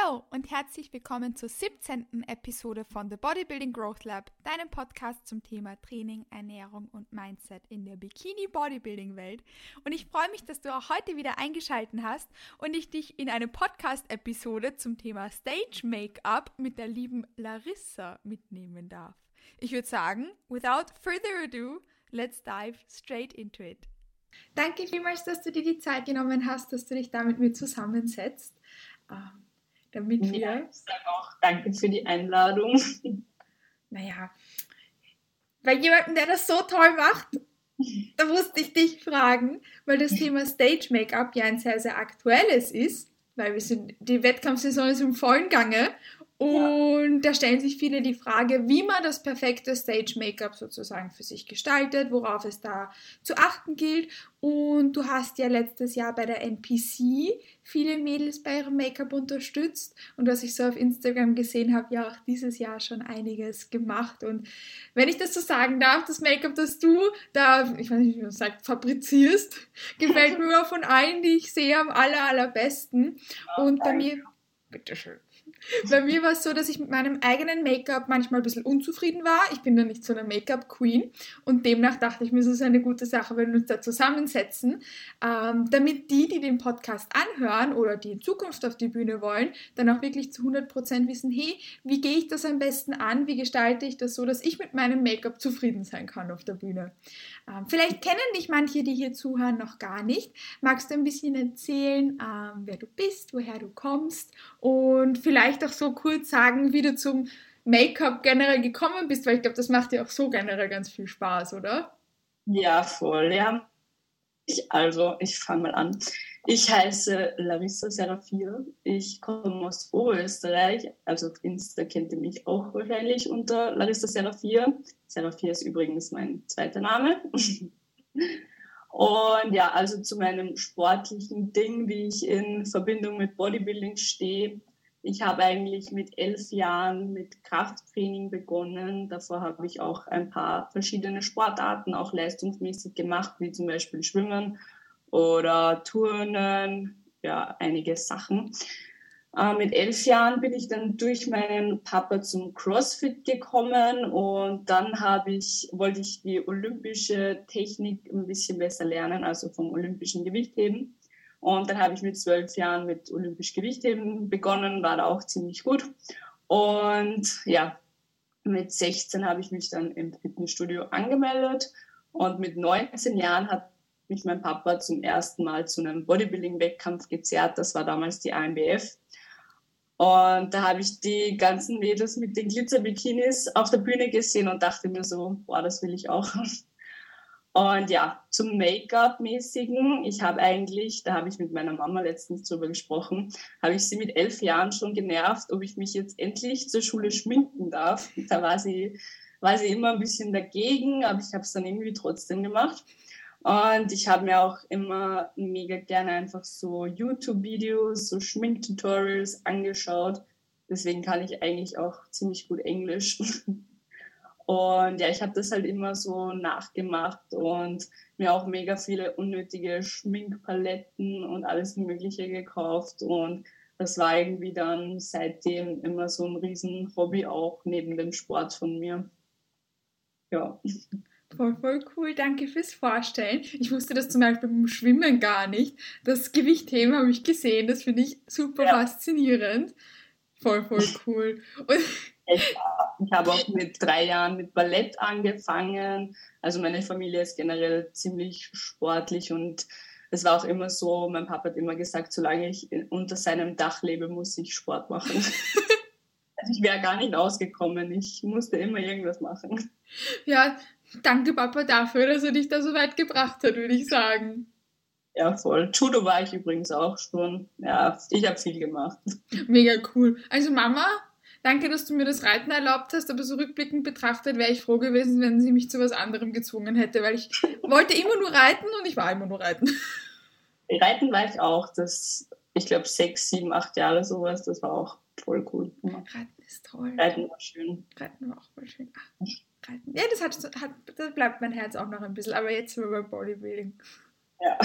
Hallo und herzlich willkommen zur 17. Episode von The Bodybuilding Growth Lab, deinem Podcast zum Thema Training, Ernährung und Mindset in der Bikini-Bodybuilding-Welt. Und ich freue mich, dass du auch heute wieder eingeschaltet hast und ich dich in eine Podcast-Episode zum Thema Stage-Make-up mit der lieben Larissa mitnehmen darf. Ich würde sagen, without further ado, let's dive straight into it. Danke vielmals, dass du dir die Zeit genommen hast, dass du dich da mit mir zusammensetzt. Damit wir... Ja, ich sage auch danke für die Einladung. Naja, bei jemandem, der das so toll macht, da musste ich dich fragen, weil das Thema Stage Make-up ja ein sehr, sehr aktuelles ist, weil die Wettkampfsaison ist im vollen Gange und da stellen sich viele die Frage, wie man das perfekte Stage Make-up sozusagen für sich gestaltet, worauf es da zu achten gilt. Und du hast ja letztes Jahr bei der NPC viele Mädels bei ihrem Make-up unterstützt und was ich so auf Instagram gesehen habe, ja auch dieses Jahr schon einiges gemacht. Und wenn ich das so sagen darf, das Make-up, das du da, ich weiß nicht, wie man sagt, fabrizierst, gefällt mir von allen, die ich sehe, am allerbesten. Und bei mir, bitteschön. Bei mir war es so, dass ich mit meinem eigenen Make-up manchmal ein bisschen unzufrieden war. Ich bin ja nicht so eine Make-up-Queen und demnach dachte ich mir, es ist eine gute Sache, wenn wir uns da zusammensetzen, damit die den Podcast anhören oder die in Zukunft auf die Bühne wollen, dann auch wirklich zu 100% wissen, hey, wie gehe ich das am besten an, wie gestalte ich das so, dass ich mit meinem Make-up zufrieden sein kann auf der Bühne. Vielleicht kennen dich manche, die hier zuhören, noch gar nicht. Magst du ein bisschen erzählen, wer du bist, woher du kommst und vielleicht auch so kurz sagen, wie du zum Make-up generell gekommen bist, weil ich glaube, das macht dir auch so generell ganz viel Spaß, oder? Ja, voll, ja. Ich fange mal an. Ich heiße Larissa Serafia. Ich komme aus Oberösterreich. Also auf Insta kennt ihr mich auch wahrscheinlich unter Larissa Serafia. Serafia ist übrigens mein zweiter Name. Und ja, also zu meinem sportlichen Ding, wie ich in Verbindung mit Bodybuilding stehe. Ich habe eigentlich mit 11 Jahren mit Krafttraining begonnen. Davor habe ich auch ein paar verschiedene Sportarten auch leistungsmäßig gemacht, wie zum Beispiel Schwimmen oder Turnen, ja, einige Sachen. Mit 11 Jahren bin ich dann durch meinen Papa zum CrossFit gekommen und dann wollte ich die olympische Technik ein bisschen besser lernen, also vom olympischen Gewichtheben. Und dann habe ich mit 12 Jahren mit olympisch Gewichtheben begonnen, war da auch ziemlich gut. Und ja, mit 16 habe ich mich dann im Fitnessstudio angemeldet und mit 19 Jahren hat mich mein Papa zum ersten Mal zu einem Bodybuilding-Wettkampf gezerrt. Das war damals die ANBF. Und da habe ich die ganzen Mädels mit den Glitzer-Bikinis auf der Bühne gesehen und dachte mir so, boah, das will ich auch. Und ja, zum Make-up-mäßigen, da habe ich mit meiner Mama letztens drüber gesprochen, habe ich sie mit 11 Jahren schon genervt, ob ich mich jetzt endlich zur Schule schminken darf. Da war sie immer ein bisschen dagegen, aber ich habe es dann irgendwie trotzdem gemacht. Und ich habe mir auch immer mega gerne einfach so YouTube-Videos, so Schminktutorials angeschaut. Deswegen kann ich eigentlich auch ziemlich gut Englisch. Und ja, ich habe das halt immer so nachgemacht und mir auch mega viele unnötige Schminkpaletten und alles Mögliche gekauft. Und das war irgendwie dann seitdem immer so ein riesen Hobby auch neben dem Sport von mir. Ja. Voll cool, danke fürs Vorstellen. Ich wusste das zum Beispiel beim Schwimmen gar nicht. Das Gewichtheben habe ich gesehen, das finde ich super faszinierend. Voll cool. Und ich habe auch mit 3 Jahren mit Ballett angefangen. Also meine Familie ist generell ziemlich sportlich und es war auch immer so, mein Papa hat immer gesagt, solange ich unter seinem Dach lebe, muss ich Sport machen. Also ich wäre gar nicht ausgekommen. Ich musste immer irgendwas machen. Ja, danke Papa dafür, dass er dich da so weit gebracht hat, würde ich sagen. Ja, voll. Judo war ich übrigens auch schon. Ja, ich habe viel gemacht. Mega cool. Also Mama, danke, dass du mir das Reiten erlaubt hast, aber so rückblickend betrachtet wäre ich froh gewesen, wenn sie mich zu was anderem gezwungen hätte, weil ich wollte immer nur reiten und ich war immer nur reiten. Reiten war ich auch. Ich glaube 6, 7, 8 Jahre sowas. Das war auch voll cool. Reiten ist toll. Reiten war schön. Reiten war auch voll schön. Reiten. Ja, das bleibt mein Herz auch noch ein bisschen, aber jetzt sind wir beim Bodybuilding. Ja.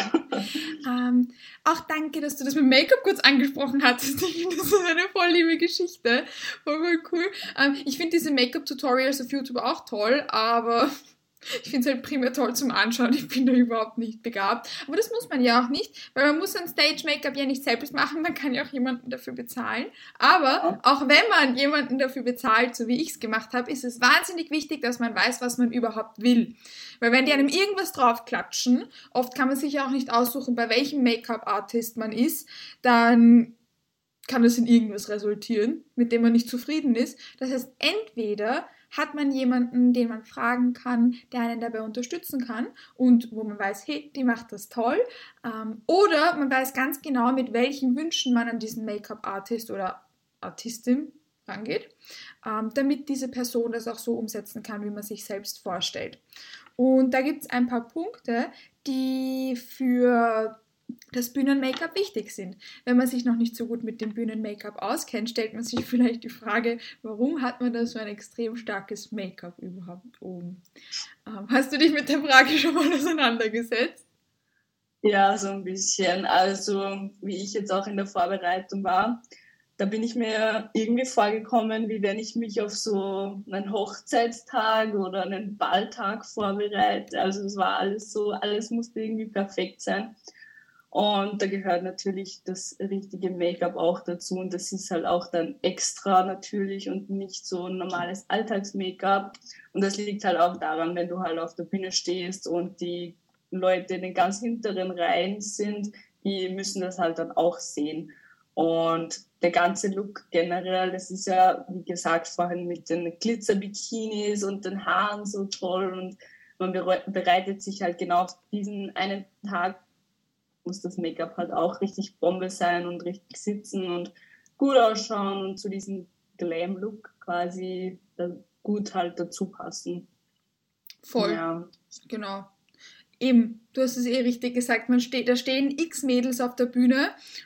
Auch danke, dass du das mit Make-up kurz angesprochen hattest. Ich finde, das ist eine voll liebe Geschichte. Voll cool. Ich finde diese Make-up-Tutorials auf YouTube auch toll, aber ich finde es halt primär toll zum Anschauen. Ich bin da überhaupt nicht begabt. Aber das muss man ja auch nicht, weil man muss ein Stage-Make-up ja nicht selbst machen. Man kann ja auch jemanden dafür bezahlen. Aber auch wenn man jemanden dafür bezahlt, so wie ich es gemacht habe, ist es wahnsinnig wichtig, dass man weiß, was man überhaupt will. Weil wenn die einem irgendwas draufklatschen, oft kann man sich ja auch nicht aussuchen, bei welchem Make-up-Artist man ist, dann kann das in irgendwas resultieren, mit dem man nicht zufrieden ist. Das heißt, entweder hat man jemanden, den man fragen kann, der einen dabei unterstützen kann und wo man weiß, hey, die macht das toll. Oder man weiß ganz genau, mit welchen Wünschen man an diesen Make-up-Artist oder Artistin rangeht, damit diese Person das auch so umsetzen kann, wie man sich selbst vorstellt. Und da gibt es ein paar Punkte, die für das Bühnen-Make-up wichtig sind. Wenn man sich noch nicht so gut mit dem Bühnen-Make-up auskennt, stellt man sich vielleicht die Frage, warum hat man da so ein extrem starkes Make-up überhaupt oben? Hast du dich mit der Frage schon mal auseinandergesetzt? Ja, so ein bisschen. Also, wie ich jetzt auch in der Vorbereitung war, da bin ich mir irgendwie vorgekommen, wie wenn ich mich auf so einen Hochzeitstag oder einen Balltag vorbereite. Also es war alles so, alles musste irgendwie perfekt sein. Und da gehört natürlich das richtige Make-up auch dazu. Und das ist halt auch dann extra natürlich und nicht so ein normales Alltags-Make-up. Und das liegt halt auch daran, wenn du halt auf der Bühne stehst und die Leute in den ganz hinteren Reihen sind, die müssen das halt dann auch sehen. Und der ganze Look generell, das ist ja, wie gesagt, vorhin mit den Glitzer-Bikinis und den Haaren so toll. Und man bereitet sich halt genau auf diesen einen Tag, muss das Make-up halt auch richtig Bombe sein und richtig sitzen und gut ausschauen und zu diesem Glam-Look quasi gut halt dazu passen. Voll, Ja. genau. Eben, du hast es eh richtig gesagt, da stehen x Mädels auf der Bühne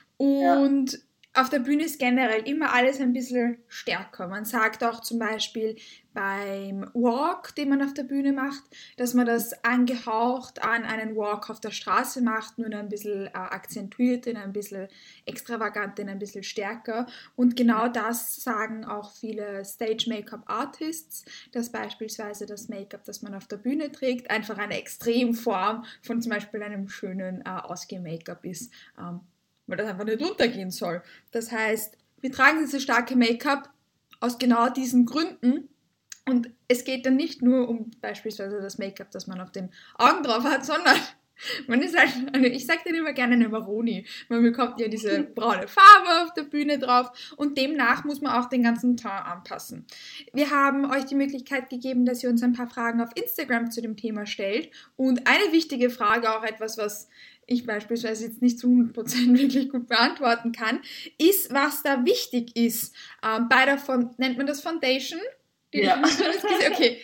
Ja. und auf der Bühne ist generell immer alles ein bisschen stärker. Man sagt auch zum Beispiel beim Walk, den man auf der Bühne macht, dass man das angehaucht an einen Walk auf der Straße macht, nur ein bisschen akzentuiert, ein bisschen extravagant, ein bisschen stärker. Und genau das sagen auch viele Stage-Make-up-Artists, dass beispielsweise das Make-up, das man auf der Bühne trägt, einfach eine Extremform von zum Beispiel einem schönen Ausgeh-Make-up ist. Weil das einfach nicht untergehen soll. Das heißt, wir tragen dieses starke Make-up aus genau diesen Gründen und es geht dann nicht nur um beispielsweise das Make-up, das man auf den Augen drauf hat, sondern man ist halt, ich sage dann immer gerne eine Maroni. Man bekommt ja diese braune Farbe auf der Bühne drauf und demnach muss man auch den ganzen Teint anpassen. Wir haben euch die Möglichkeit gegeben, dass ihr uns ein paar Fragen auf Instagram zu dem Thema stellt und eine wichtige Frage, auch etwas, was ich beispielsweise jetzt nicht zu 100% wirklich gut beantworten kann, ist, was da wichtig ist. Bei der nennt man das Foundation? Ja. Okay,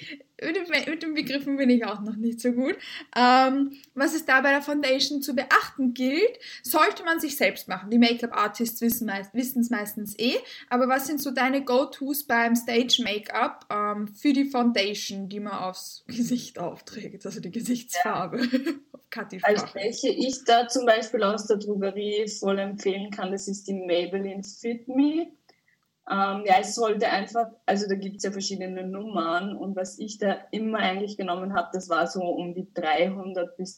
mit den Begriffen bin ich auch noch nicht so gut. Was es da bei der Foundation zu beachten gilt, sollte man sich selbst machen. Die Make-up-Artists wissen es meistens eh, aber was sind so deine Go-Tos beim Stage-Make-up für die Foundation, die man aufs Gesicht aufträgt, also die Gesichtsfarbe? Also welche ich da zum Beispiel aus der Drogerie voll empfehlen kann, das ist die Maybelline Fit Me. Ja, es sollte einfach, also da gibt es ja verschiedene Nummern und was ich da immer eigentlich genommen habe, das war so um die 300 bis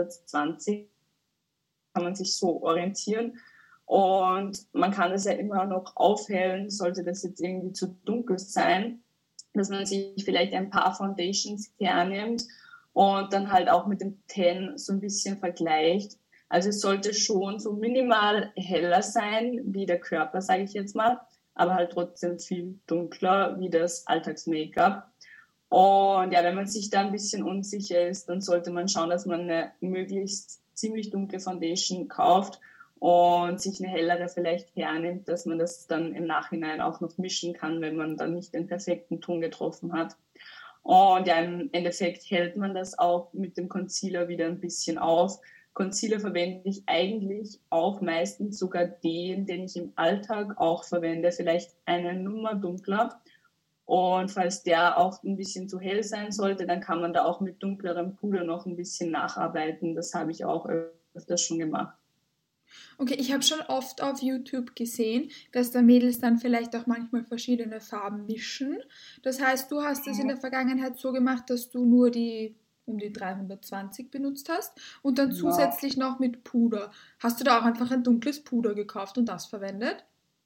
320, kann man sich so orientieren und man kann das ja immer noch aufhellen, sollte das jetzt irgendwie zu dunkel sein, dass man sich vielleicht ein paar Foundations hernimmt und dann halt auch mit dem Tan so ein bisschen vergleicht. Also es sollte schon so minimal heller sein wie der Körper, sage ich jetzt mal, aber halt trotzdem viel dunkler wie das Alltags-Make-up. Und ja, wenn man sich da ein bisschen unsicher ist, dann sollte man schauen, dass man eine möglichst ziemlich dunkle Foundation kauft und sich eine hellere vielleicht hernimmt, dass man das dann im Nachhinein auch noch mischen kann, wenn man dann nicht den perfekten Ton getroffen hat. Und ja, im Endeffekt hält man das auch mit dem Concealer wieder ein bisschen auf. Concealer verwende ich eigentlich auch meistens sogar den ich im Alltag auch verwende, vielleicht eine Nummer dunkler. Und falls der auch ein bisschen zu hell sein sollte, dann kann man da auch mit dunklerem Puder noch ein bisschen nacharbeiten. Das habe ich auch öfters schon gemacht. Okay, ich habe schon oft auf YouTube gesehen, dass da Mädels dann vielleicht auch manchmal verschiedene Farben mischen. Das heißt, du hast es in der Vergangenheit so gemacht, dass du nur die um die 320 benutzt hast und dann Ja. zusätzlich noch mit Puder. Hast du da auch einfach ein dunkles Puder gekauft und das verwendet?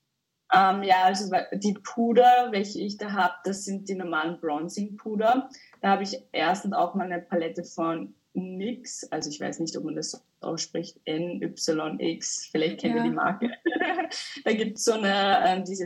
Ja, also die Puder, welche ich da habe, das sind die normalen Bronzing-Puder. Da habe ich erstens auch mal eine Palette von NYX, also ich weiß nicht, ob man das so ausspricht, NYX, vielleicht kennt ihr die Ja. Marke. Da gibt es so diese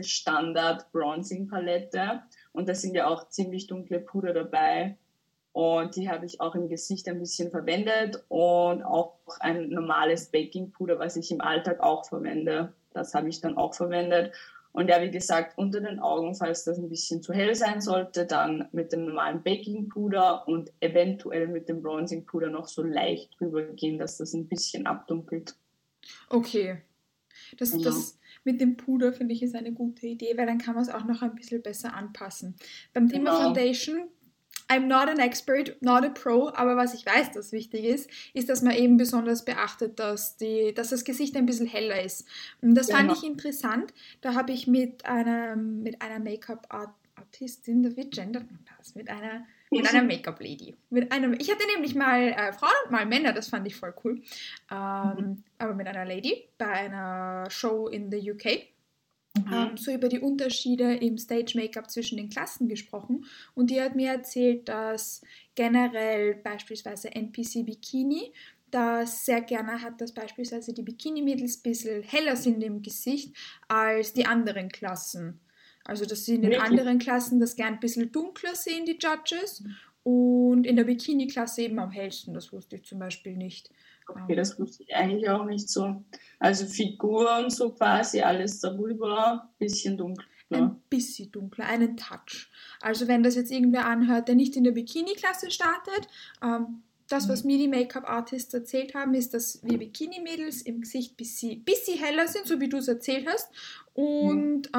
Standard-Bronzing-Palette und da sind ja auch ziemlich dunkle Puder dabei. Und die habe ich auch im Gesicht ein bisschen verwendet und auch ein normales Baking-Puder, was ich im Alltag auch verwende. Das habe ich dann auch verwendet. Und ja, wie gesagt, unter den Augen, falls das ein bisschen zu hell sein sollte, dann mit dem normalen Baking-Puder und eventuell mit dem Bronzing-Puder noch so leicht drüber gehen, dass das ein bisschen abdunkelt. Okay. Das, Ja. das mit dem Puder finde ich ist eine gute Idee, weil dann kann man es auch noch ein bisschen besser anpassen. Beim Thema Genau. Foundation, I'm not an expert, not a pro, aber was ich weiß, das wichtig ist, ist, dass man eben besonders beachtet, dass das Gesicht ein bisschen heller ist. Und das fand Genau. ich interessant. Da habe ich mit einer Make-up-Artistin, wie gendert man das? Mit einer Make-up-Lady. Ich hatte nämlich mal Frauen und mal Männer, das fand ich voll cool. Aber mit einer Lady bei einer Show in the UK. So über die Unterschiede im Stage-Make-up zwischen den Klassen gesprochen und die hat mir erzählt, dass generell beispielsweise NPC Bikini das sehr gerne hat, dass beispielsweise die Bikini-Mädels ein bisschen heller sind im Gesicht als die anderen Klassen. Also dass sie in den Wirklich? anderen Klassen das gern ein bisschen dunkler sehen, die Judges, und in der Bikini-Klasse eben am hellsten. Das wusste ich zum Beispiel nicht. Okay, das wusste ich eigentlich auch nicht so. Also Figur und so quasi alles darüber, bisschen dunkler. Ein bisschen dunkler, einen Touch. Also wenn das jetzt irgendwer anhört, der nicht in der Bikini-Klasse startet, das, was mir die Make-up-Artists erzählt haben, ist, dass wir Bikini-Mädels im Gesicht ein bisschen heller sind, so wie du es erzählt hast, und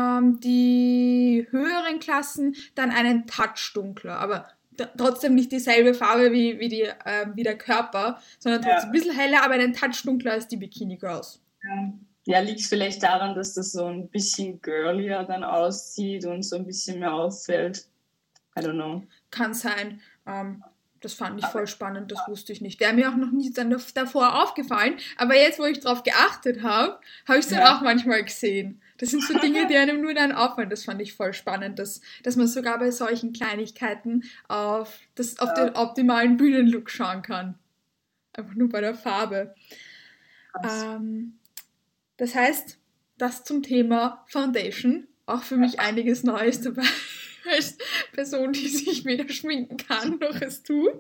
die höheren Klassen dann einen Touch dunkler, aber trotzdem nicht dieselbe Farbe wie der Körper, sondern trotzdem ein bisschen heller, aber einen Touch dunkler als die Bikini-Girls. Ja, liegt vielleicht daran, dass das so ein bisschen girlier dann aussieht und so ein bisschen mehr auffällt. I don't know. Kann sein. Das fand ich voll spannend, das wusste ich nicht. Wäre mir auch noch nie davor aufgefallen, aber jetzt, wo ich drauf geachtet habe, habe ich es dann auch manchmal gesehen. Das sind so Dinge, die einem nur dann auffallen. Das fand ich voll spannend, dass man sogar bei solchen Kleinigkeiten auf den optimalen Bühnenlook schauen kann. Einfach nur bei der Farbe. Das heißt, das zum Thema Foundation. Auch für mich einiges Neues dabei. Als Person, die sich weder schminken kann, noch es tut.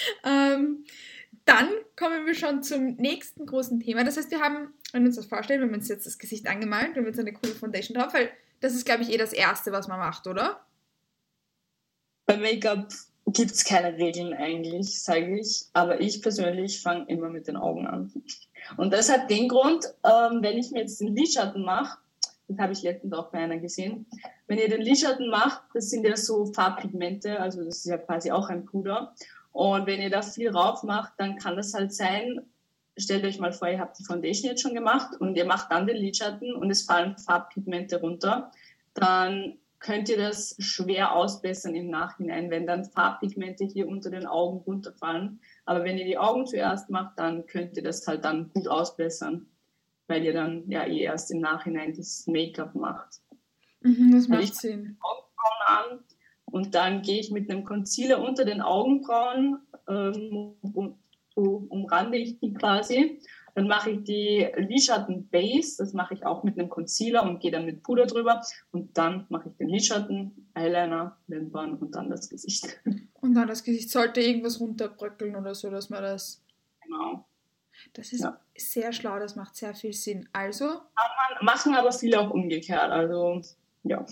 Dann kommen wir schon zum nächsten großen Thema. Das heißt, wenn wir uns das vorstellen, wenn wir uns jetzt das Gesicht angemalt, wenn wir jetzt eine coole Foundation drauf, weil das ist, glaube ich, das Erste, was man macht, oder? Bei Make-up gibt es keine Regeln eigentlich, sage ich. Aber ich persönlich fange immer mit den Augen an. Und das hat den Grund, wenn ich mir jetzt den Lidschatten mache, das habe ich letztens auch bei einer gesehen, wenn ihr den Lidschatten macht, das sind ja so Farbpigmente, also das ist ja quasi auch ein Puder. Und wenn ihr da viel rauf macht, dann kann das halt sein, stellt euch mal vor, ihr habt die Foundation jetzt schon gemacht und ihr macht dann den Lidschatten und es fallen Farbpigmente runter, dann könnt ihr das schwer ausbessern im Nachhinein, wenn dann Farbpigmente hier unter den Augen runterfallen. Aber wenn ihr die Augen zuerst macht, dann könnt ihr das halt dann gut ausbessern, weil ihr dann ja erst im Nachhinein das Make-up macht. Das macht Sinn. Augenbrauen an und dann gehe ich mit einem Concealer unter den Augenbrauen, umrande ich die quasi. Dann mache ich die Lidschatten Base, das mache ich auch mit einem Concealer und gehe dann mit Puder drüber. Und dann mache ich den Lidschatten, Eyeliner, Wimpern und dann das Gesicht. Und dann das Gesicht sollte irgendwas runterbröckeln oder so, dass man das... Genau. Das ist sehr schlau, das macht sehr viel Sinn. Also... Machen aber viele auch umgekehrt, also ja.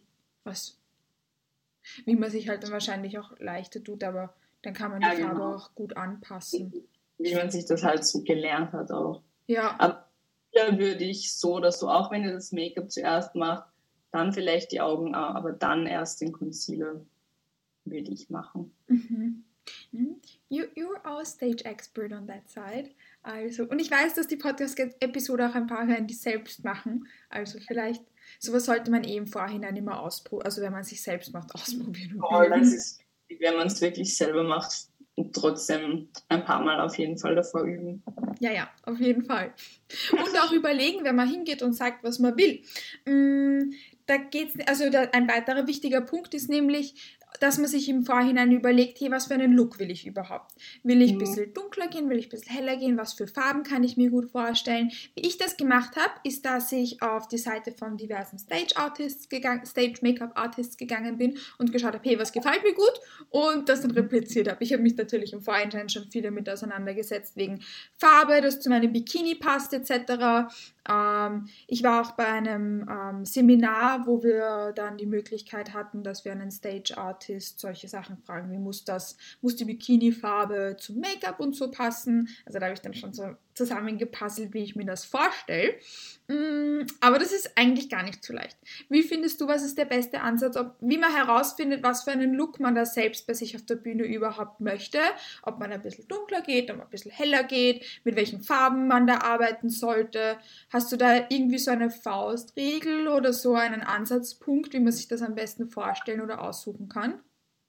Wie man sich halt dann wahrscheinlich auch leichter tut, aber dann kann man die Farbe auch gut anpassen. Wie man sich das halt so gelernt hat auch. Ja. Aber da würde ich so oder so, auch wenn ihr das Make-up zuerst macht, dann vielleicht die Augen, aber dann erst den Concealer würde ich machen. Mhm. You're our stage expert on that side. Also, und ich weiß, dass die Podcast-Episode auch ein paar hören, die selbst machen. Also vielleicht, sowas sollte man im Vorhinein immer ausprobieren, also wenn man sich selbst macht, ausprobieren und üben. Das ist, wenn man es wirklich selber macht, und trotzdem ein paar Mal auf jeden Fall davor üben. Ja, auf jeden Fall. Und auch überlegen, wenn man hingeht und sagt, was man will. Da geht's, also ein weiterer wichtiger Punkt ist nämlich, dass man sich im Vorhinein überlegt, hey, was für einen Look will ich überhaupt? Will ich ein bisschen dunkler gehen? Will ich ein bisschen heller gehen? Was für Farben kann ich mir gut vorstellen? Wie ich das gemacht habe, ist, dass ich auf die Seite von diversen Stage-Make-up-Artists gegangen bin und geschaut habe, hey, was gefällt mir gut? Und das dann repliziert habe. Ich habe mich natürlich im Vorhinein schon viel damit auseinandergesetzt, wegen Farbe, das zu meinem Bikini passt, etc. Ich war auch bei einem Seminar, wo wir dann die Möglichkeit hatten, dass wir einen Stage-Artist solche Sachen fragen, wie muss die Bikini-Farbe zum Make-up und so passen. Also da habe ich dann schon so zusammengepuzzelt, wie ich mir das vorstelle. Aber das ist eigentlich gar nicht so leicht. Wie findest du, was ist der beste Ansatz, wie man herausfindet, was für einen Look man da selbst bei sich auf der Bühne überhaupt möchte, ob man ein bisschen dunkler geht, ob man ein bisschen heller geht, mit welchen Farben man da arbeiten sollte. Hast du da irgendwie so eine Faustregel oder so einen Ansatzpunkt, wie man sich das am besten vorstellen oder aussuchen kann?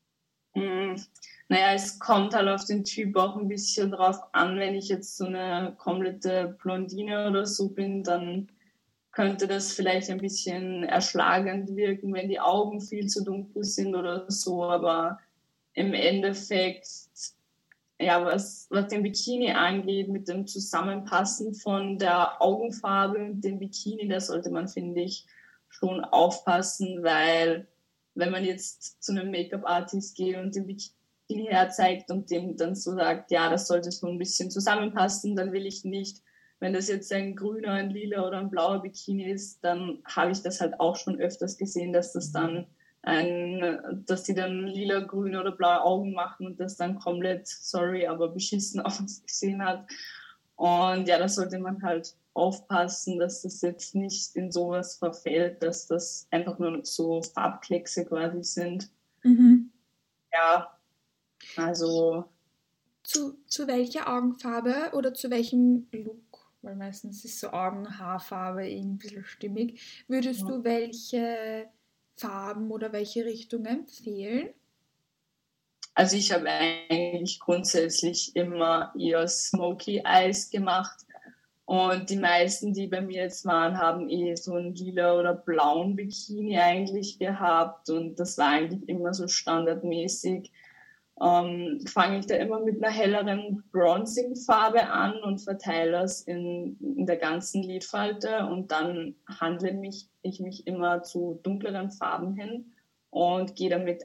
Naja, es kommt halt auf den Typ auch ein bisschen drauf an. Wenn ich jetzt so eine komplette Blondine oder so bin, dann könnte das vielleicht ein bisschen erschlagend wirken, wenn die Augen viel zu dunkel sind oder so. Aber im Endeffekt, ja, was den Bikini angeht, mit dem Zusammenpassen von der Augenfarbe und dem Bikini, da sollte man, finde ich, schon aufpassen, weil wenn man jetzt zu einem Make-up-Artist geht und den Bikini herzeigt und dem dann so sagt, ja, das sollte so ein bisschen zusammenpassen, dann will ich nicht, wenn das jetzt ein grüner, ein lila oder ein blauer Bikini ist, dann habe ich das halt auch schon öfters gesehen, dass das dann dass die dann lila, grüne oder blaue Augen machen und das dann komplett, sorry, aber beschissen ausgesehen hat. Und ja, da sollte man halt aufpassen, dass das jetzt nicht in sowas verfällt, dass das einfach nur so Farbkleckse quasi sind. Mhm. Ja, also... Zu welcher Augenfarbe oder zu welchem Look, weil meistens ist so Augen-Haarfarbe ein bisschen stimmig, würdest du welche Farben oder welche Richtung empfehlen? Also ich habe eigentlich grundsätzlich immer eher Smoky Eyes gemacht. Und die meisten, die bei mir jetzt waren, haben so einen lila oder blauen Bikini eigentlich gehabt. Und das war eigentlich immer so standardmäßig. Fange ich da immer mit einer helleren Bronzing-Farbe an und verteile das in der ganzen Lidfalte. Und dann handle ich mich immer zu dunkleren Farben hin und gehe damit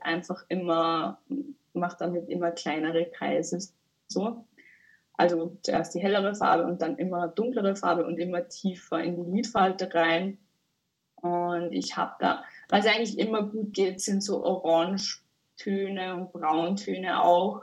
mache damit immer kleinere Kreise. So. Also zuerst die hellere Farbe und dann immer dunklere Farbe und immer tiefer in die Lidfalte rein. Und ich habe da, was eigentlich immer gut geht, sind so Orangetöne und Brauntöne auch.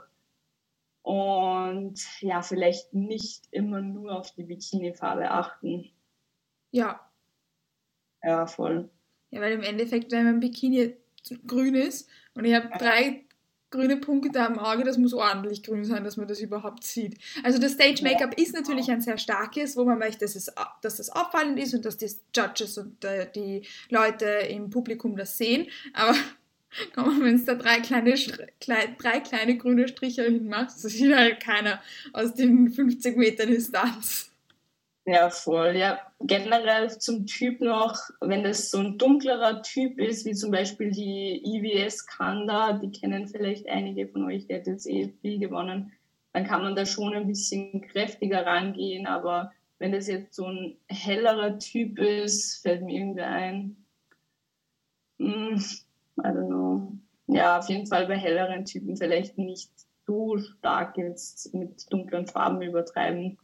Und ja, vielleicht nicht immer nur auf die Bikini-Farbe achten. Ja. Ja, voll. Ja, weil im Endeffekt, wenn mein Bikini grün ist und ich habe 3 grüne Punkte am Auge, das muss ordentlich grün sein, dass man das überhaupt sieht. Also das Stage-Make-up ist natürlich ein sehr starkes, wo man möchte, dass das auffallend ist und dass die Judges und die Leute im Publikum das sehen. Aber wenn es da 3 kleine grüne Striche hinmachst, das sieht halt keiner aus den 50 Metern Distanz. Ja, voll. Ja, generell zum Typ noch, wenn das so ein dunklerer Typ ist, wie zum Beispiel die IWS Kanda, die kennen vielleicht einige von euch, der hat jetzt viel gewonnen, dann kann man da schon ein bisschen kräftiger rangehen, aber wenn das jetzt so ein hellerer Typ ist, fällt mir irgendwie ein, I don't know. Ja, auf jeden Fall bei helleren Typen vielleicht nicht so stark jetzt mit dunklen Farben übertreiben.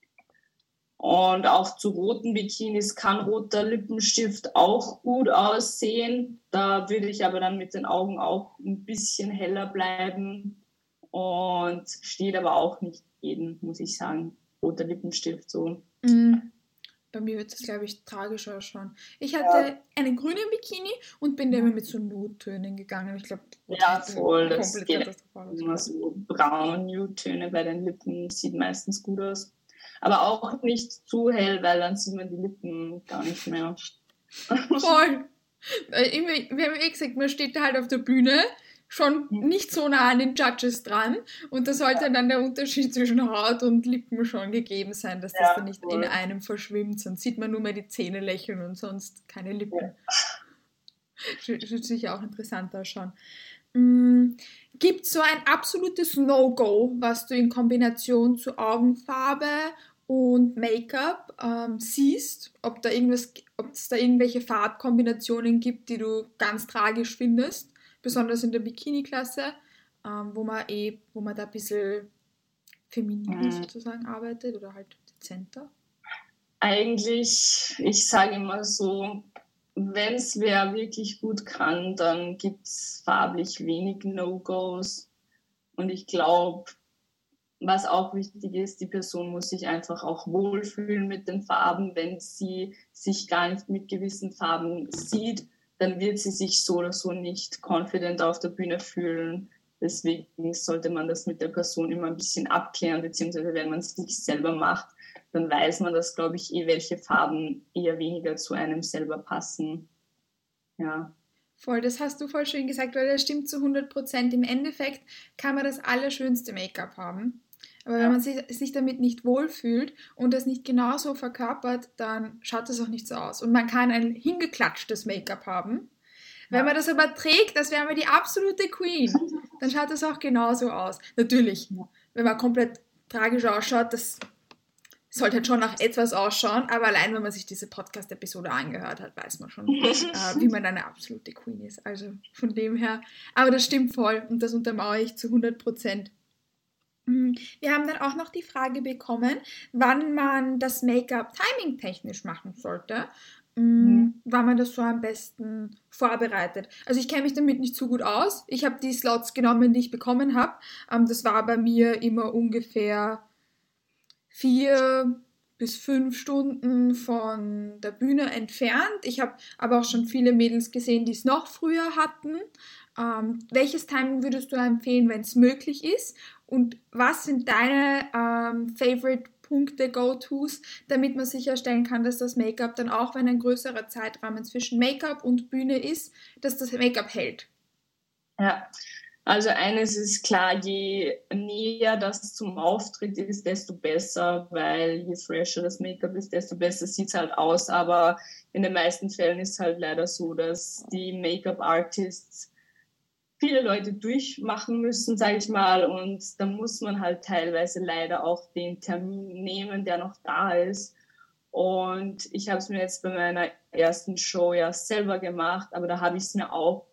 Und auch zu roten Bikinis kann roter Lippenstift auch gut aussehen. Da würde ich aber dann mit den Augen auch ein bisschen heller bleiben. Und steht aber auch nicht jedem, muss ich sagen, roter Lippenstift so. bei mir wird das, glaube ich, tragisch ausschauen. Ich hatte einen grünen Bikini und bin da immer mit so Nude-Tönen gegangen. Ich glaube, Ja, voll. Das komplett geht katastrophal immer aus. so braun, Nude-Töne bei den Lippen, sieht meistens gut aus. Aber auch nicht zu hell, weil dann sieht man die Lippen gar nicht mehr. Voll. Wir haben gesagt, man steht halt auf der Bühne schon nicht so nah an den Judges dran und da sollte dann der Unterschied zwischen Haut und Lippen schon gegeben sein, dass das dann nicht in einem verschwimmt, sonst sieht man nur mehr die Zähne lächeln und sonst keine Lippen. Wird sicher auch interessant ausschauen. Gibt es so ein absolutes No-Go, was du in Kombination zu Augenfarbe und Make-up siehst? Ob es da irgendwelche Farbkombinationen gibt, die du ganz tragisch findest, besonders in der Bikini-Klasse, wo man da ein bisschen femininer sozusagen arbeitet oder halt dezenter? Eigentlich, ich sage immer so, wenn es wer wirklich gut kann, dann gibt es farblich wenig No-Gos. Und ich glaube, was auch wichtig ist, die Person muss sich einfach auch wohlfühlen mit den Farben. Wenn sie sich gar nicht mit gewissen Farben sieht, dann wird sie sich so oder so nicht confident auf der Bühne fühlen. Deswegen sollte man das mit der Person immer ein bisschen abklären, beziehungsweise wenn man es sich selber macht, dann weiß man das, glaube ich, welche Farben eher weniger zu einem selber passen. Ja. Voll, das hast du voll schön gesagt, weil das stimmt zu 100%. Im Endeffekt kann man das allerschönste Make-up haben. Aber wenn man sich damit nicht wohlfühlt und das nicht genauso verkörpert, dann schaut das auch nicht so aus. Und man kann ein hingeklatschtes Make-up haben. Wenn man das aber trägt, das wäre die absolute Queen, dann schaut das auch genauso aus. Natürlich, wenn man komplett tragisch ausschaut, das sollte halt schon nach etwas ausschauen, aber allein, wenn man sich diese Podcast-Episode angehört hat, weiß man schon, wie man eine absolute Queen ist. Also von dem her, aber das stimmt voll und das untermauere ich zu 100%. Wir haben dann auch noch die Frage bekommen, wann man das Make-up timing-technisch machen sollte. Wann man das so am besten vorbereitet. Also ich kenne mich damit nicht so gut aus. Ich habe die Slots genommen, die ich bekommen habe. Das war bei mir immer ungefähr 4 bis 5 Stunden von der Bühne entfernt. Ich habe aber auch schon viele Mädels gesehen, die es noch früher hatten. Welches Timing würdest du empfehlen, wenn es möglich ist? Und was sind deine Favorite Punkte, Go-Tos, damit man sicherstellen kann, dass das Make-up dann auch, wenn ein größerer Zeitrahmen zwischen Make-up und Bühne ist, dass das Make-up hält? Ja, also eines ist klar, je näher das zum Auftritt ist, desto besser, weil je fresher das Make-up ist, desto besser sieht es halt aus. Aber in den meisten Fällen ist es halt leider so, dass die Make-up-Artists viele Leute durchmachen müssen, sage ich mal. Und da muss man halt teilweise leider auch den Termin nehmen, der noch da ist. Und ich habe es mir jetzt bei meiner ersten Show ja selber gemacht, aber da habe ich es mir auch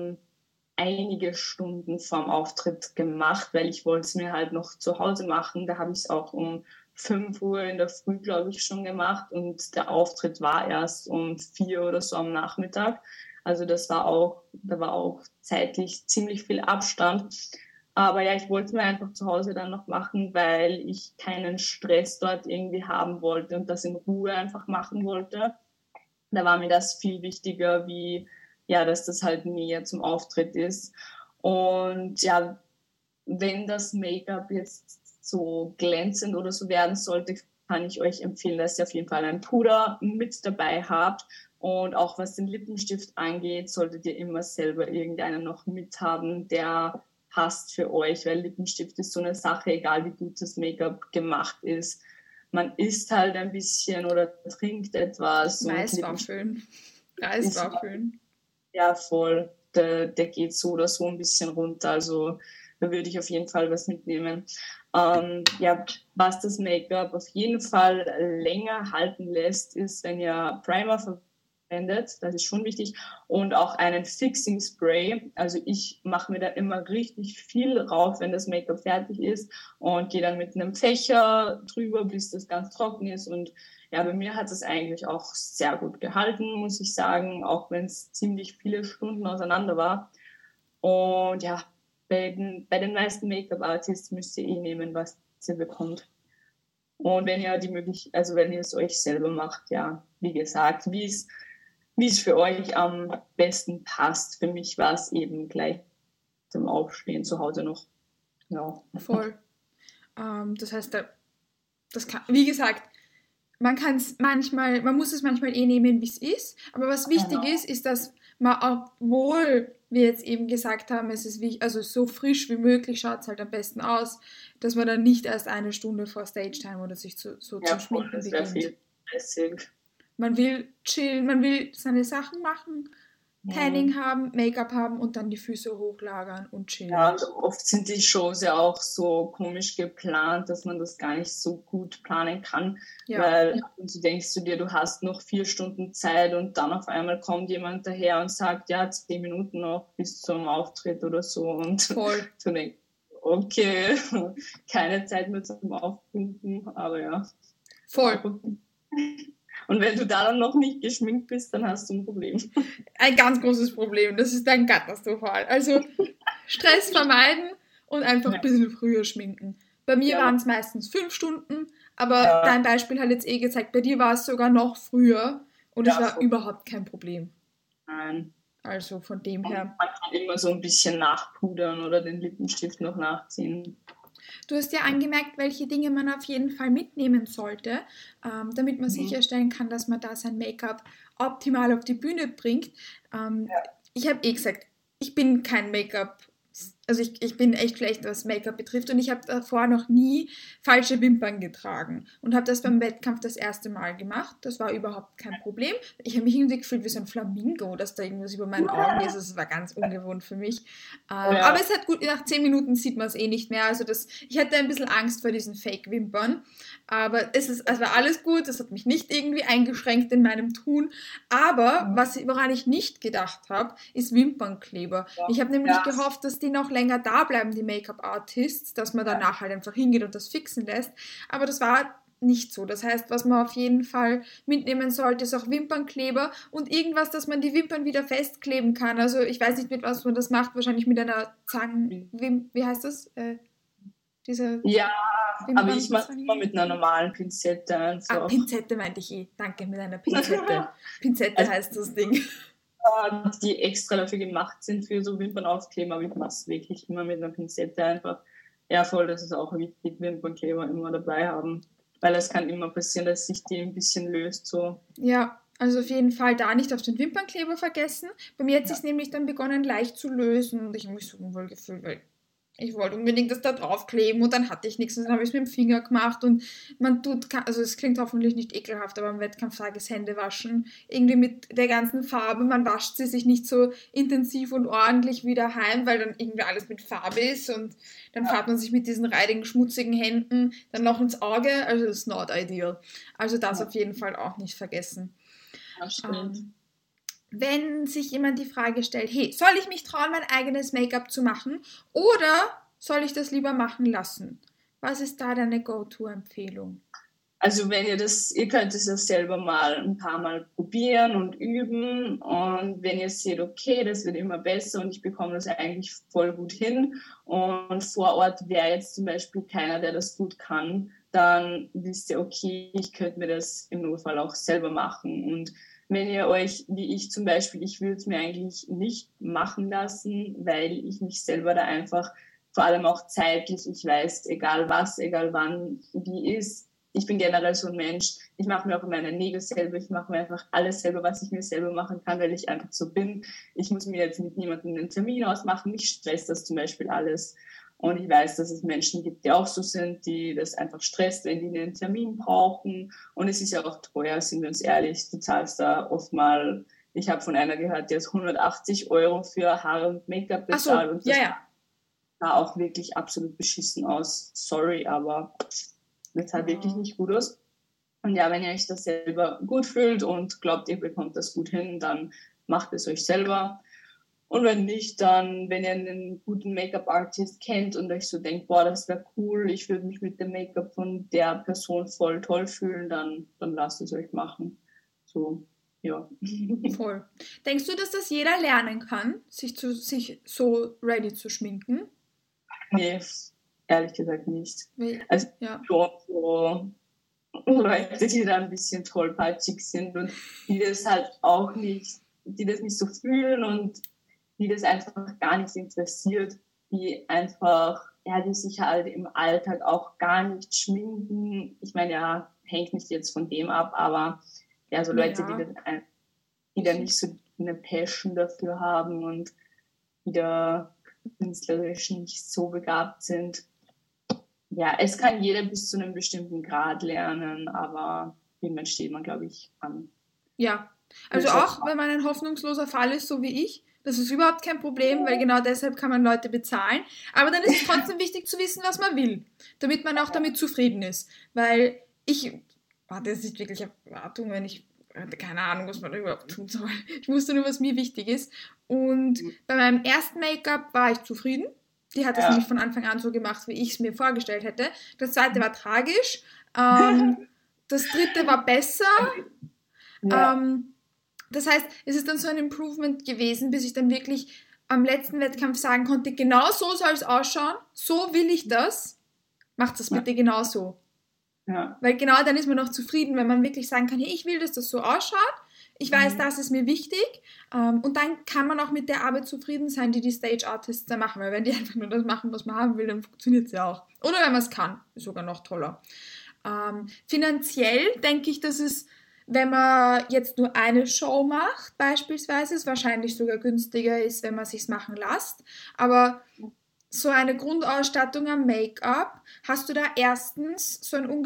einige Stunden vorm Auftritt gemacht, weil ich wollte es mir halt noch zu Hause machen. Da habe ich es auch um 5 Uhr in der Früh, glaube ich, schon gemacht und der Auftritt war erst um 4 oder so am Nachmittag. Also da war auch zeitlich ziemlich viel Abstand. Aber ja, ich wollte es mir einfach zu Hause dann noch machen, weil ich keinen Stress dort irgendwie haben wollte und das in Ruhe einfach machen wollte. Da war mir das viel wichtiger, wie ja, dass das halt näher zum Auftritt ist. Und ja, wenn das Make-up jetzt so glänzend oder so werden sollte, kann ich euch empfehlen, dass ihr auf jeden Fall ein Puder mit dabei habt. Und auch was den Lippenstift angeht, solltet ihr immer selber irgendeinen noch mit haben, der passt für euch, weil Lippenstift ist so eine Sache, egal wie gut das Make-up gemacht ist. Man isst halt ein bisschen oder trinkt etwas. Reiswaffeln. Reiswaffeln. Ja, voll. Der geht so oder so ein bisschen runter. Also da würde ich auf jeden Fall was mitnehmen. Ja, was das Make-up auf jeden Fall länger halten lässt, ist, wenn ihr Primer verwendet. Das ist schon wichtig. Und auch einen Fixing Spray. Also ich mache mir da immer richtig viel rauf, wenn das Make-up fertig ist und gehe dann mit einem Fächer drüber, bis das ganz trocken ist. Und ja, bei mir hat es eigentlich auch sehr gut gehalten, muss ich sagen, auch wenn es ziemlich viele Stunden auseinander war. Und ja, bei den meisten Make-up-Artists müsst ihr nehmen, was ihr bekommt. Und wenn ihr also wenn ihr es euch selber macht, ja, wie gesagt, wie es für euch am besten passt. Für mich war es eben gleich zum Aufstehen zu Hause noch. Ja. Voll. Das heißt, das kann, wie gesagt, man kann es manchmal, man muss es manchmal nehmen, wie es ist. Aber was wichtig Genau. ist, dass man, obwohl wir jetzt eben gesagt haben, es ist also so frisch wie möglich schaut es halt am besten aus, dass man dann nicht erst eine Stunde vor Stage Time oder sich so Ja, zum voll, Schminken das wäre beginnt. viel stressig. Man will chillen, man will seine Sachen machen, Tanning haben, Make-up haben und dann die Füße hochlagern und chillen. Ja, und oft sind die Shows ja auch so komisch geplant, dass man das gar nicht so gut planen kann, Ja, weil du denkst du dir, du hast noch 4 Stunden Zeit und dann auf einmal kommt jemand daher und sagt, ja, 10 Minuten noch bis zum Auftritt oder so und voll. du denkst, okay, keine Zeit mehr zum Aufpumpen, aber ja. Voll. Und wenn du da dann noch nicht geschminkt bist, dann hast du ein Problem. Ein ganz großes Problem. Das ist dann katastrophal. Also Stress vermeiden und einfach ein bisschen früher schminken. Bei mir Ja. waren es meistens 5 Stunden, aber Ja. dein Beispiel hat jetzt gezeigt, bei dir war es sogar noch früher und es Ja, war voll. überhaupt kein Problem. Nein. Also von dem her. Man kann immer so ein bisschen nachpudern oder den Lippenstift noch nachziehen. Du hast ja angemerkt, welche Dinge man auf jeden Fall mitnehmen sollte, damit man sicherstellen kann, dass man da sein Make-up optimal auf die Bühne bringt. Ich habe gesagt, ich bin kein Make-up, also ich bin echt schlecht, was Make-up betrifft und ich habe davor noch nie falsche Wimpern getragen und habe das beim Wettkampf das erste Mal gemacht. Das war überhaupt kein Problem. Ich habe mich irgendwie gefühlt wie so ein Flamingo, dass da irgendwas über meinen Augen ist. Das war ganz ungewohnt für mich. Aber es hat gut, nach 10 Minuten sieht man es eh nicht mehr. Also ich hatte ein bisschen Angst vor diesen Fake-Wimpern. Aber es war alles gut. Das hat mich nicht irgendwie eingeschränkt in meinem Tun. Aber woran ich nicht gedacht habe, ist Wimpernkleber. Ich habe nämlich gehofft, dass die noch länger da bleiben, die Make-up-Artists, dass man danach halt einfach hingeht und das fixen lässt. Aber das war nicht so. Das heißt, was man auf jeden Fall mitnehmen sollte, ist auch Wimpernkleber und irgendwas, dass man die Wimpern wieder festkleben kann. Also ich weiß nicht, mit was man das macht, wahrscheinlich mit einer wie heißt das? Ja, aber ich mache es immer mit einer normalen Pinzette einfach. Ah, Pinzette meinte ich eh. Danke, mit einer Pinzette. Pinzette also, heißt das Ding. Die extra dafür gemacht sind für so Wimpernaufkleber, aber ich mache es wirklich immer mit einer Pinzette einfach. Ja, voll, das ist auch wichtig, Wimpernkleber immer dabei haben, weil es kann immer passieren, dass sich die ein bisschen löst so. Ja, also auf jeden Fall da nicht auf den Wimpernkleber vergessen. Bei mir hat es sich nämlich dann begonnen leicht zu lösen und ich habe mich so unwohl gefühlt, weil ich wollte unbedingt das da draufkleben und dann hatte ich nichts und dann habe ich es mit dem Finger gemacht und man tut, also es klingt hoffentlich nicht ekelhaft, aber am Wettkampftag ist Hände waschen irgendwie mit der ganzen Farbe, man wascht sie sich nicht so intensiv und ordentlich wieder heim, weil dann irgendwie alles mit Farbe ist und dann fährt man sich mit diesen reidigen, schmutzigen Händen dann noch ins Auge, also das ist not ideal. Also das auf jeden Fall auch nicht vergessen. Ja, stimmt. Wenn sich jemand die Frage stellt, hey, soll ich mich trauen, mein eigenes Make-up zu machen oder soll ich das lieber machen lassen? Was ist da deine Go-To-Empfehlung? Also ihr könnt es ja selber mal ein paar Mal probieren und üben und wenn ihr seht, okay, das wird immer besser und ich bekomme das eigentlich voll gut hin und vor Ort wäre jetzt zum Beispiel keiner, der das gut kann, dann wisst ihr, okay, ich könnte mir das im Notfall auch selber machen und wenn ihr euch, wie ich zum Beispiel, ich würde es mir eigentlich nicht machen lassen, weil ich mich selber da einfach, vor allem auch zeitlich, ich weiß, egal was, egal wann, wie ist, ich bin generell so ein Mensch, ich mache mir auch meine Nägel selber, ich mache mir einfach alles selber, was ich mir selber machen kann, weil ich einfach so bin. Ich muss mir jetzt mit niemandem einen Termin ausmachen, mich stresst das zum Beispiel alles. Und ich weiß, dass es Menschen gibt, die auch so sind, die das einfach stresst, wenn die einen Termin brauchen. Und es ist ja auch teuer, sind wir uns ehrlich. Du zahlst da oft mal, ich habe von einer gehört, die hat 180 € für Haare und Make-up bezahlt. So, und das sah auch wirklich absolut beschissen aus. Sorry, aber das sah wirklich nicht gut aus. Und ja, wenn ihr euch das selber gut fühlt und glaubt, ihr bekommt das gut hin, dann macht es euch selber. Und wenn nicht, dann, wenn ihr einen guten Make-up-Artist kennt und euch so denkt, boah, das wäre cool, ich würde mich mit dem Make-up von der Person voll toll fühlen, dann lasst es euch machen. So, ja. Voll. Denkst du, dass das jeder lernen kann, sich so ready zu schminken? Nee, ehrlich gesagt nicht. Weil, Also ja. so Leute, die da ein bisschen tollpatschig sind und die das halt auch nicht, die das nicht so fühlen und die das einfach gar nicht interessiert, die einfach, ja, die sich halt im Alltag auch gar nicht schminken. Ich meine, ja, hängt nicht jetzt von dem ab, aber ja, so Leute, Ja, die da nicht so eine Passion dafür haben und die da künstlerisch nicht so begabt sind. Ja, es kann jeder bis zu einem bestimmten Grad lernen, aber irgendwann steht man, glaube ich, an. ja. Also Das auch wenn man ein hoffnungsloser Fall ist, so wie ich, das ist überhaupt kein Problem, weil genau deshalb kann man Leute bezahlen. Aber dann ist es trotzdem wichtig zu wissen, was man will, damit man auch damit zufrieden ist. Weil ich hatte jetzt nicht wirklich Erwartungen, ich hatte keine Ahnung, was man da überhaupt tun soll. Ich wusste nur, was mir wichtig ist. Und bei meinem ersten Make-up war ich zufrieden. Die hat es ja. nämlich von Anfang an so gemacht, wie ich es mir vorgestellt hätte. Das zweite war tragisch. Das dritte war besser. Ja. Ähm, Das heißt, es ist dann so ein Improvement gewesen, bis ich dann wirklich am letzten Wettkampf sagen konnte, genau so soll es ausschauen, so will ich das, macht das bitte genau so. Ja. Weil genau dann ist man noch zufrieden, wenn man wirklich sagen kann, hey, ich will, dass das so ausschaut, ich weiß, das ist mir wichtig, und dann kann man auch mit der Arbeit zufrieden sein, die Stage Artists da machen, weil wenn die einfach nur das machen, was man haben will, dann funktioniert es ja auch. Oder wenn man es kann, ist sogar noch toller. Finanziell denke ich, dass es, wenn man jetzt nur eine Show macht, beispielsweise, es wahrscheinlich sogar günstiger ist, wenn man es sich machen lässt. Aber so eine Grundausstattung am Make-up, hast du da erstens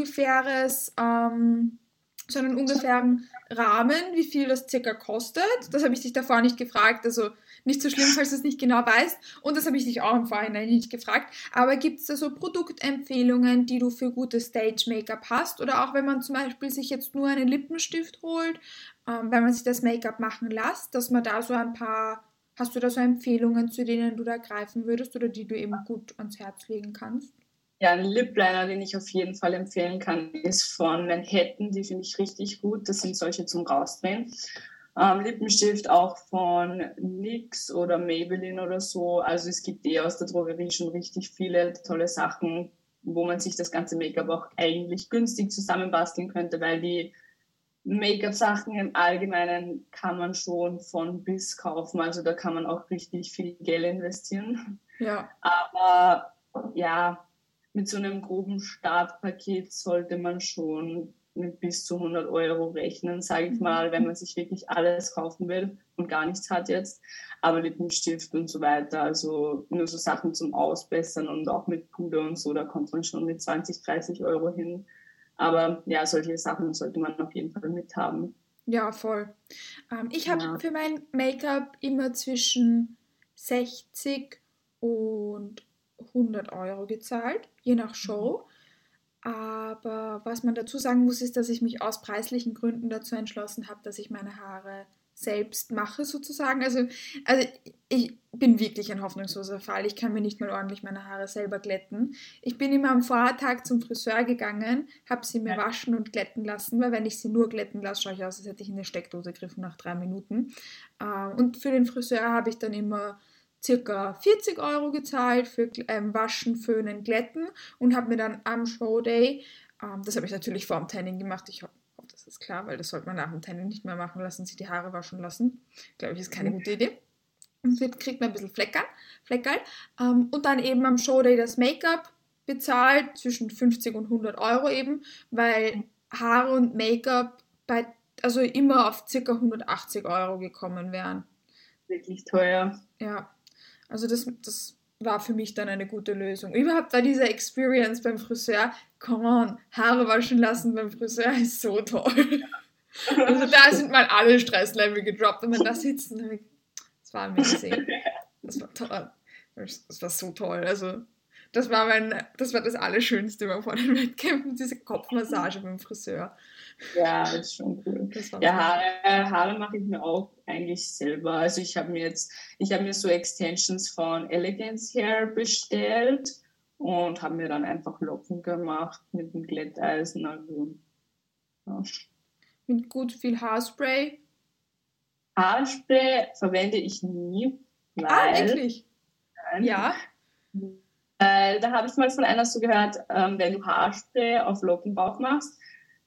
so einen ungefähren Rahmen, wie viel das circa kostet? Das habe ich dich davor nicht gefragt, also nicht so schlimm, falls du es nicht genau weißt. Und das habe ich dich auch im Vorhinein nicht gefragt. Aber gibt es da so Produktempfehlungen, die du für gutes Stage-Make-up hast? Oder auch wenn man zum Beispiel sich jetzt nur einen Lippenstift holt, wenn man sich das Make-up machen lässt, dass man da so ein paar, hast du da so Empfehlungen, zu denen du da greifen würdest oder die du eben gut ans Herz legen kannst? Ja, ein Lip Liner, den ich auf jeden Fall empfehlen kann, ist von Manhattan. Die finde ich richtig gut. Das sind solche zum Rausdrehen. Lippenstift auch von NYX oder Maybelline oder so. Also es gibt aus der Drogerie schon richtig viele tolle Sachen, wo man sich das ganze Make-up auch eigentlich günstig zusammenbasteln könnte, weil die Make-up-Sachen im Allgemeinen kann man schon von bis kaufen. Also da kann man auch richtig viel Geld investieren. Ja. Aber ja, mit so einem groben Startpaket sollte man schon mit bis zu 100 € rechnen, sage ich mal, wenn man sich wirklich alles kaufen will und gar nichts hat jetzt. Aber Lippenstift und so weiter, also nur so Sachen zum Ausbessern und auch mit Puder und so, da kommt man schon mit 20, 30 € hin. Aber ja, solche Sachen sollte man auf jeden Fall mithaben. Ja, voll. Ich habe Ja. für mein Make-up immer zwischen 60 und 100 € gezahlt, je nach Show. Aber was man dazu sagen muss, ist, dass ich mich aus preislichen Gründen dazu entschlossen habe, dass ich meine Haare selbst mache, sozusagen. Also ich bin wirklich ein hoffnungsloser Fall. Ich kann mir nicht mal ordentlich meine Haare selber glätten. Ich bin immer am Vortag zum Friseur gegangen, habe sie mir waschen und glätten lassen, weil wenn ich sie nur glätten lasse, schaue ich aus, als hätte ich in eine Steckdose gegriffen nach 3 Minuten. Und für den Friseur habe ich dann immer circa 40 € gezahlt für Waschen, Föhnen, Glätten und habe mir dann am Showday, das habe ich natürlich vor dem Tanning gemacht, ich hoffe, das ist klar, weil das sollte man nach dem Tanning nicht mehr machen lassen, sich die Haare waschen lassen. Glaube ich, ist keine gute Idee. Und kriegt man ein bisschen Fleckerl. Und dann eben am Showday das Make-up bezahlt, zwischen 50 und 100 € eben, weil Haare und Make-up also immer auf circa 180 € gekommen wären. Wirklich teuer. Ja, also das war für mich dann eine gute Lösung. Überhaupt war diese Experience beim Friseur, come on, Haare waschen lassen beim Friseur ist so toll. Also da sind mal alle Stresslevel gedroppt und man da sitzt und das war amazing. Das war toll. Das war so toll. Also das war das Allerschönste immer vor den Wettkämpfen, diese Kopfmassage beim Friseur. Ja, das ist schon cool. Das war Ja, toll. Haare mache ich mir auch eigentlich selber. Also ich habe mir so Extensions von Elegance Hair bestellt und habe mir dann einfach Locken gemacht mit dem Glätteisen. Also, ja. Mit gut viel Haarspray. Haarspray verwende ich nie, Ah, weil, wirklich? Ja. da habe ich mal von einer so gehört, wenn du Haarspray auf Locken drauf machst,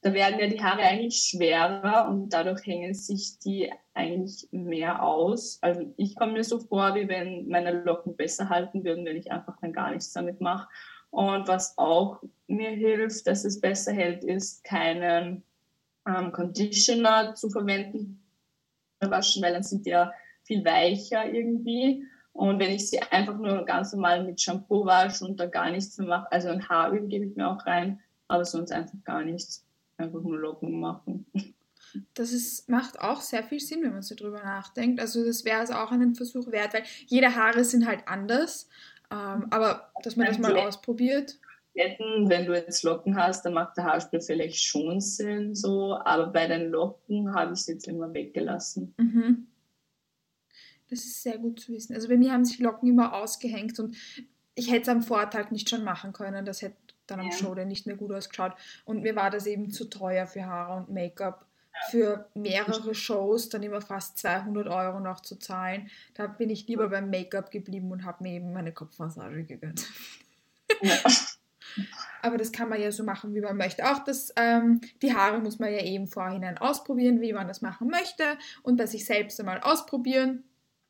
da werden ja die Haare eigentlich schwerer und dadurch hängen sich die eigentlich mehr aus. Also ich komme mir so vor, wie wenn meine Locken besser halten würden, wenn ich einfach dann gar nichts damit mache. Und was auch mir hilft, dass es besser hält, ist keinen Conditioner zu verwenden, waschen, weil dann sind die ja viel weicher irgendwie. Und wenn ich sie einfach nur ganz normal mit Shampoo wasche und da gar nichts mehr mache, also ein Haaröl gebe ich mir auch rein, aber sonst einfach gar nichts. Einfach nur Locken machen. Macht auch sehr viel Sinn, wenn man so drüber nachdenkt. Also das wäre also auch einen Versuch wert, weil jede Haare sind halt anders. Aber dass man das mal ausprobiert. Wenn du jetzt Locken hast, dann macht der Haarspray vielleicht schon Sinn, so, aber bei den Locken habe ich es jetzt immer weggelassen. Mhm. Das ist sehr gut zu wissen. Also bei mir haben sich Locken immer ausgehängt und ich hätte es am Vortag nicht schon machen können. Das hätte dann am Showday nicht mehr gut ausgeschaut. Und mir war das eben zu teuer für Haare und Make-up. Für mehrere Shows dann immer fast 200 Euro noch zu zahlen. Da bin ich lieber beim Make-up geblieben und habe mir eben meine Kopfmassage gegönnt. Ja. Aber das kann man ja so machen, wie man möchte. Auch die Haare muss man ja eben im Vorhinein ausprobieren, wie man das machen möchte und bei sich selbst einmal ausprobieren,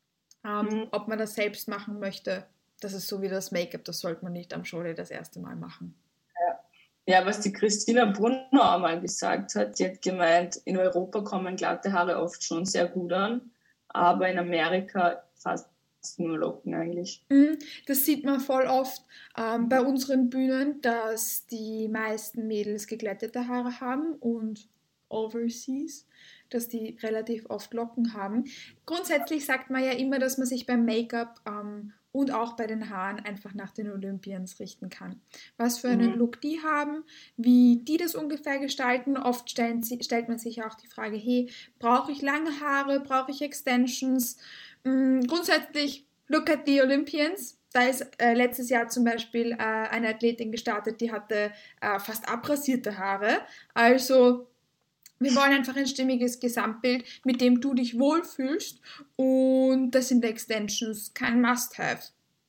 ob man das selbst machen möchte. Das ist so wie das Make-up, das sollte man nicht am Showday das erste Mal machen. Ja, was die Christina Brunner auch mal gesagt hat, die hat gemeint, in Europa kommen glatte Haare oft schon sehr gut an, aber in Amerika fast nur Locken eigentlich. Das sieht man voll oft bei unseren Bühnen, dass die meisten Mädels geglättete Haare haben und overseas, dass die relativ oft Locken haben. Grundsätzlich sagt man ja immer, dass man sich beim Make-up und auch bei den Haaren einfach nach den Olympians richten kann. Was für einen Look die haben, wie die das ungefähr gestalten. Oft stellt man sich auch die Frage, hey, brauche ich lange Haare, brauche ich Extensions? Grundsätzlich, look at the Olympians. Da ist letztes Jahr zum Beispiel eine Athletin gestartet, die hatte fast abrasierte Haare. Also wir wollen einfach ein stimmiges Gesamtbild, mit dem du dich wohlfühlst. Und das sind Extensions kein Must-Have.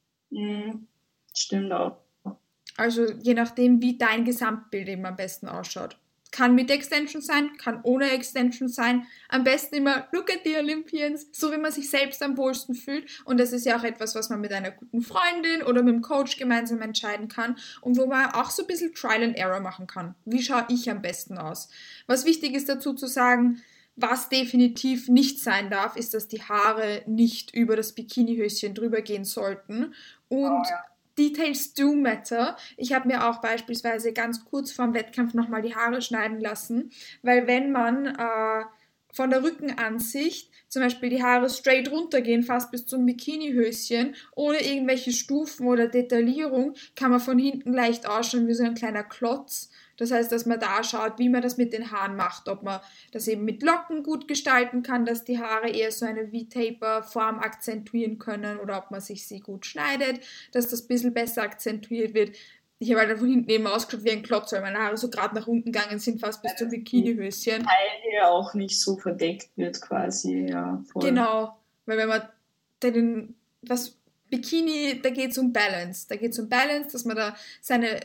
Stimmt auch. Also je nachdem, wie dein Gesamtbild eben am besten ausschaut. Kann mit Extension sein, kann ohne Extension sein. Am besten immer look at the Olympians, so wie man sich selbst am wohlsten fühlt. Und das ist ja auch etwas, was man mit einer guten Freundin oder mit dem Coach gemeinsam entscheiden kann und wo man auch so ein bisschen Trial and Error machen kann. Wie schaue ich am besten aus? Was wichtig ist dazu zu sagen, was definitiv nicht sein darf, ist, dass die Haare nicht über das Bikinihöschen drüber gehen sollten. Und Details do matter. Ich habe mir auch beispielsweise ganz kurz vorm Wettkampf nochmal die Haare schneiden lassen, weil wenn man von der Rückenansicht zum Beispiel die Haare straight runtergehen, fast bis zum Bikinihöschen, ohne irgendwelche Stufen oder Detaillierung, kann man von hinten leicht ausschauen wie so ein kleiner Klotz. Das heißt, dass man da schaut, wie man das mit den Haaren macht, ob man das eben mit Locken gut gestalten kann, dass die Haare eher so eine V-Taper-Form akzentuieren können oder ob man sich sie gut schneidet, dass das ein bisschen besser akzentuiert wird. Ich habe halt von hinten eben ausgeschaut wie ein Klotz, weil meine Haare so gerade nach unten gegangen sind, fast bis zum Bikinihöschen. Taille auch nicht so verdeckt wird quasi, ja. Voll. Genau, weil wenn man Bikini, da geht es um Balance. Da geht es um Balance, dass man da seine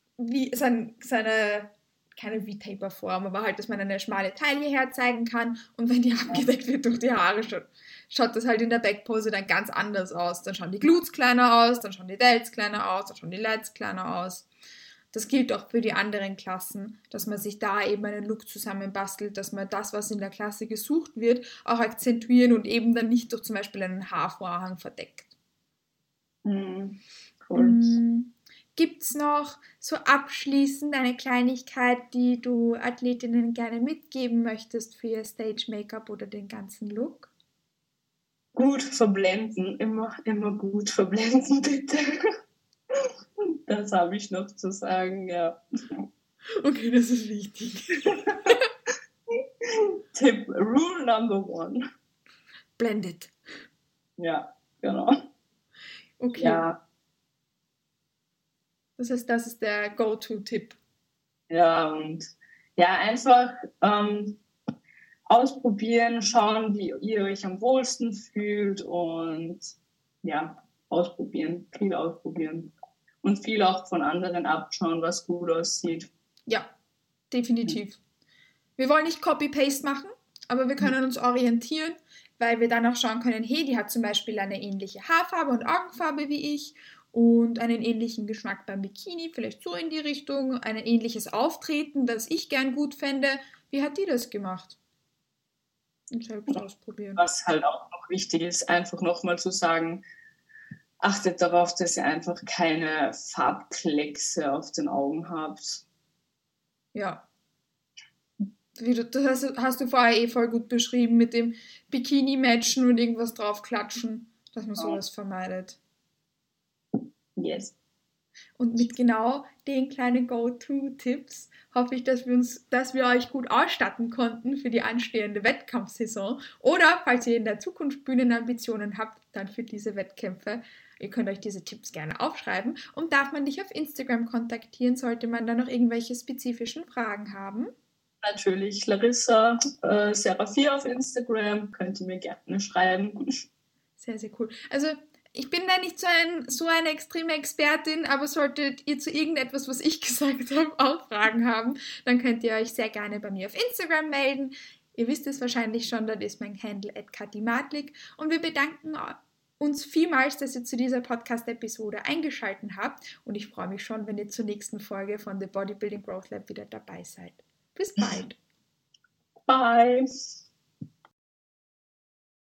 keine V-Taper-Form, aber halt, dass man eine schmale Taille herzeigen kann und wenn die abgedeckt wird durch die Haare, schaut das halt in der Backpose dann ganz anders aus. Dann schauen die Glutes kleiner aus, dann schauen die Delts kleiner aus, dann schauen die Lats kleiner aus. Das gilt auch für die anderen Klassen, dass man sich da eben einen Look zusammenbastelt, dass man das, was in der Klasse gesucht wird, auch akzentuieren und eben dann nicht durch zum Beispiel einen Haarvorhang verdeckt. Cool. Gibt es noch so abschließend eine Kleinigkeit, die du Athletinnen gerne mitgeben möchtest für ihr Stage-Make-up oder den ganzen Look? Gut verblenden, immer gut verblenden, bitte. Das habe ich noch zu sagen, ja. Okay, das ist wichtig. Tipp, Rule Number 1. Blendet. Ja, genau. Okay. Ja. Das heißt, das ist der Go-To-Tipp. Ja, und ja, einfach ausprobieren, schauen, wie ihr euch am wohlsten fühlt und ja, ausprobieren, viel ausprobieren und viel auch von anderen abschauen, was gut aussieht. Ja, definitiv. Wir wollen nicht Copy-Paste machen, aber wir können uns orientieren, weil wir dann auch schauen können, hey, die hat zum Beispiel eine ähnliche Haarfarbe und Augenfarbe wie ich und einen ähnlichen Geschmack beim Bikini, vielleicht so in die Richtung, ein ähnliches Auftreten, das ich gern gut fände. Wie hat die das gemacht? Und selbst ausprobieren. Was halt auch noch wichtig ist, einfach nochmal zu sagen, achtet darauf, dass ihr einfach keine Farbkleckse auf den Augen habt. Ja. Das hast du vorher voll gut beschrieben mit dem Bikini-Matchen und irgendwas draufklatschen, dass man sowas vermeidet. Yes. Und mit genau den kleinen Go-To-Tipps hoffe ich, dass wir euch gut ausstatten konnten für die anstehende Wettkampfsaison. Oder falls ihr in der Zukunft Bühnenambitionen habt, dann für diese Wettkämpfe. Ihr könnt euch diese Tipps gerne aufschreiben. Und darf man dich auf Instagram kontaktieren, sollte man da noch irgendwelche spezifischen Fragen haben? Natürlich Larissa Seraphia auf Instagram, könnt ihr mir gerne schreiben. Sehr, sehr cool. Also ich bin da nicht so eine extreme Expertin, aber solltet ihr zu irgendetwas, was ich gesagt habe, auch Fragen haben, dann könnt ihr euch sehr gerne bei mir auf Instagram melden. Ihr wisst es wahrscheinlich schon, das ist mein Handle @katimatlik. Und wir bedanken uns vielmals, dass ihr zu dieser Podcast-Episode eingeschaltet habt. Und ich freue mich schon, wenn ihr zur nächsten Folge von The Bodybuilding Growth Lab wieder dabei seid. Bis bald. Bye.